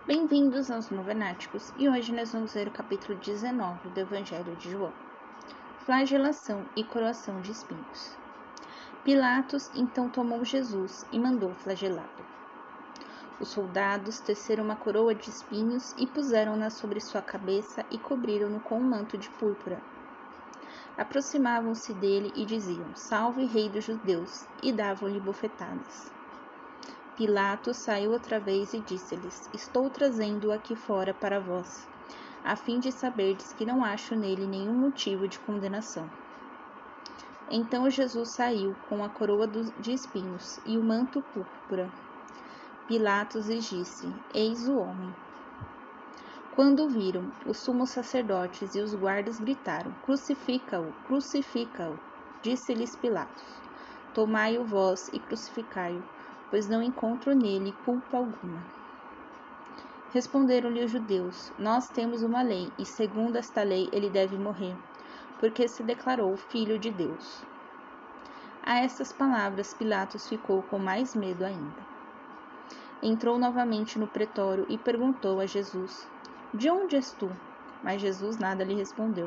Bem-vindos aos Novenáticos e hoje nós vamos ler o capítulo 19 do Evangelho de João. Flagelação e coroação de espinhos. Pilatos então tomou Jesus e mandou flagelá-lo. Os soldados teceram uma coroa de espinhos e puseram-na sobre sua cabeça e cobriram-no com um manto de púrpura. Aproximavam-se dele e diziam: "Salve, Rei dos Judeus!" e davam-lhe bofetadas. Pilatos saiu outra vez e disse-lhes: "Estou trazendo-o aqui fora para vós, a fim de saberdes que não acho nele nenhum motivo de condenação." Então Jesus saiu com a coroa de espinhos e o manto púrpura. Pilatos lhes disse: "Eis o homem." Quando o viram, os sumos sacerdotes e os guardas gritaram: "Crucifica-o, crucifica-o!" Disse-lhes Pilatos: "Tomai-o vós e crucificai-o, pois não encontro nele culpa alguma." Responderam-lhe os judeus: "Nós temos uma lei, e segundo esta lei ele deve morrer, porque se declarou filho de Deus." A estas palavras Pilatos ficou com mais medo ainda. Entrou novamente no pretório e perguntou a Jesus: "De onde és tu?" Mas Jesus nada lhe respondeu.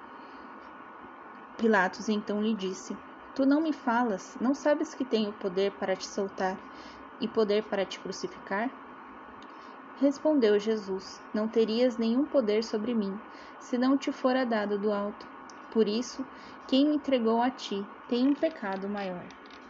Pilatos então lhe disse: "Tu não me falas? Não sabes que tenho poder para te soltar e poder para te crucificar?" Respondeu Jesus: "Não terias nenhum poder sobre mim, se não te fora dado do alto. Por isso, quem me entregou a ti tem um pecado maior."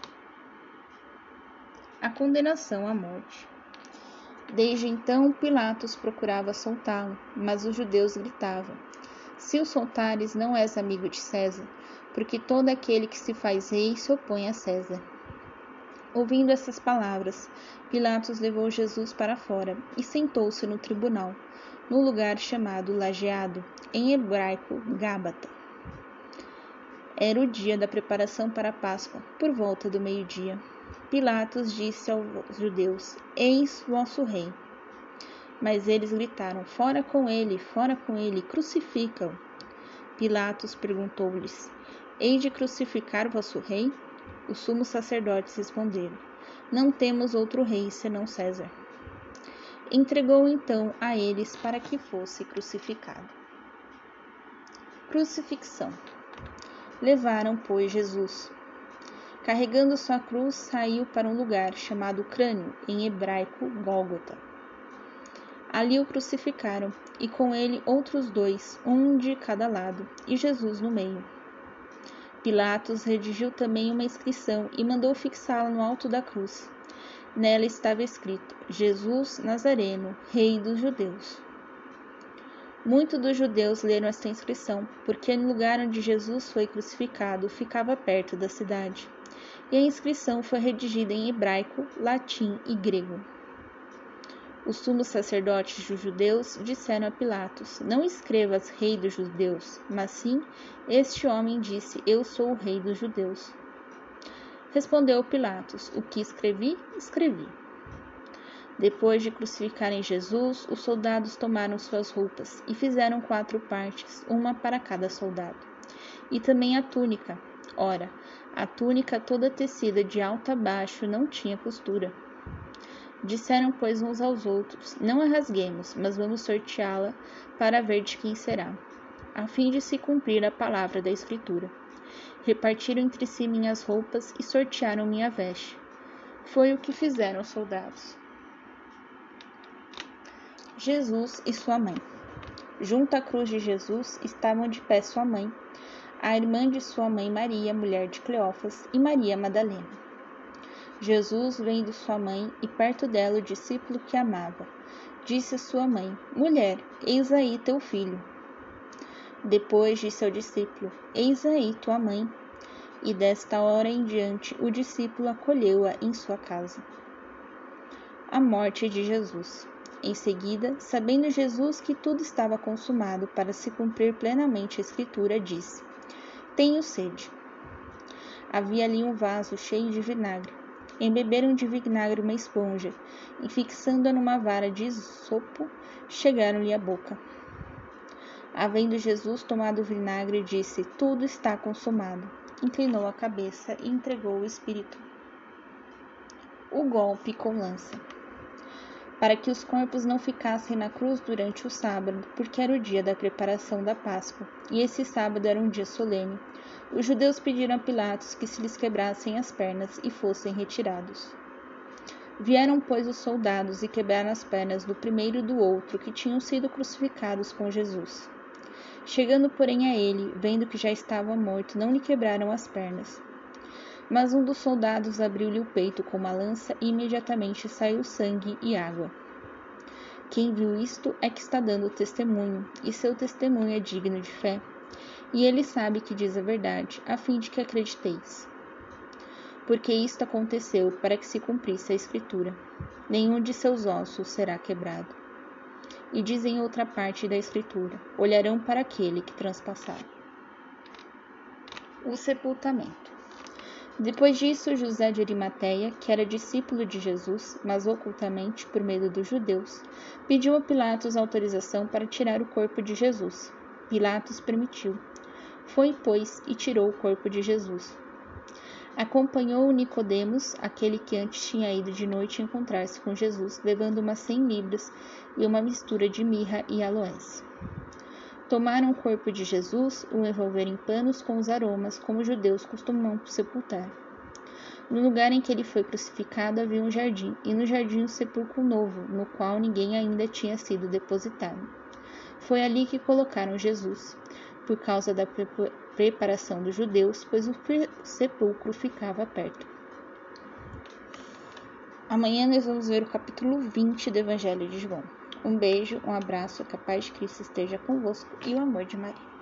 A condenação à morte. Desde então, Pilatos procurava soltá-lo, mas os judeus gritavam: "Se o soltares, não és amigo de César, porque todo aquele que se faz rei se opõe a César." Ouvindo essas palavras, Pilatos levou Jesus para fora e sentou-se no tribunal, no lugar chamado Lajeado, em hebraico Gábata. Era o dia da preparação para a Páscoa, por volta do meio-dia. Pilatos disse aos judeus: "Eis vosso rei." Mas eles gritaram: fora com ele, crucifica-o." Pilatos perguntou-lhes: "Hei de crucificar vosso rei?" Os sumos sacerdotes responderam: "Não temos outro rei senão César." Entregou então a eles para que fosse crucificado. Crucifixão. Levaram, pois, Jesus. Carregando sua cruz, saiu para um lugar chamado Crânio, em hebraico Gólgota. Ali o crucificaram, e com ele outros dois, um de cada lado, e Jesus no meio. Pilatos redigiu também uma inscrição e mandou fixá-la no alto da cruz. Nela estava escrito: Jesus Nazareno, Rei dos Judeus. Muitos dos judeus leram esta inscrição, porque no lugar onde Jesus foi crucificado ficava perto da cidade, e a inscrição foi redigida em hebraico, latim e grego. Os sumos sacerdotes dos judeus disseram a Pilatos: "Não escrevas Rei dos Judeus, mas sim, este homem disse: Eu sou o Rei dos Judeus." Respondeu Pilatos: "O que escrevi, escrevi." Depois de crucificarem Jesus, os soldados tomaram suas roupas e fizeram 4 partes, uma para cada soldado. E também a túnica. Ora, a túnica toda tecida de alto a baixo não tinha costura. Disseram, pois, uns aos outros: "Não a rasguemos, mas vamos sorteá-la para ver de quem será, a fim de se cumprir a palavra da Escritura. Repartiram entre si minhas roupas e sortearam minha veste." Foi o que fizeram os soldados. Jesus e sua mãe. Junto à cruz de Jesus estavam de pé sua mãe, a irmã de sua mãe Maria, mulher de Cleófas, e Maria Madalena. Jesus, vendo sua mãe e perto dela o discípulo que amava, disse a sua mãe: "Mulher, eis aí teu filho." Depois disse ao discípulo: "Eis aí tua mãe." E desta hora em diante o discípulo acolheu-a em sua casa. A morte de Jesus. Em seguida, sabendo Jesus que tudo estava consumado para se cumprir plenamente a Escritura, disse: "Tenho sede." Havia ali um vaso cheio de vinagre. Embeberam de vinagre uma esponja e, fixando-a numa vara de isopo, chegaram-lhe à boca. Havendo Jesus tomado o vinagre, disse: "Tudo está consumado." Inclinou a cabeça e entregou o espírito. O golpe com lança. para que os corpos não ficassem na cruz durante o sábado, porque era o dia da preparação da Páscoa, e esse sábado era um dia solene. Os judeus pediram a Pilatos que se lhes quebrassem as pernas e fossem retirados. Vieram, pois, os soldados e quebraram as pernas do primeiro e do outro, que tinham sido crucificados com Jesus. Chegando, porém, a ele, vendo que já estava morto, não lhe quebraram as pernas. Mas um dos soldados abriu-lhe o peito com uma lança e imediatamente saiu sangue e água. Quem viu isto é que está dando testemunho, e seu testemunho é digno de fé. E ele sabe que diz a verdade, a fim de que acrediteis. Porque isto aconteceu para que se cumprisse a Escritura. Nenhum de seus ossos será quebrado. E diz em outra parte da Escritura: olharão para aquele que transpassar. O sepultamento. Depois disso, José de Arimateia, que era discípulo de Jesus, mas ocultamente, por medo dos judeus, pediu a Pilatos autorização para tirar o corpo de Jesus. Pilatos permitiu. Foi, pois, e tirou o corpo de Jesus. Acompanhou-o Nicodemos, aquele que antes tinha ido de noite encontrar-se com Jesus, levando umas 100 libras e uma mistura de mirra e aloés. Tomaram o corpo de Jesus, o envolveram em panos com os aromas, como os judeus costumam sepultar. No lugar em que ele foi crucificado havia um jardim, e no jardim um sepulcro novo, no qual ninguém ainda tinha sido depositado. Foi ali que colocaram Jesus, por causa da preparação dos judeus, pois o sepulcro ficava perto. Amanhã nós vamos ver o capítulo 20 do Evangelho de João. Um beijo, um abraço, que a paz de Cristo esteja convosco e o amor de Maria.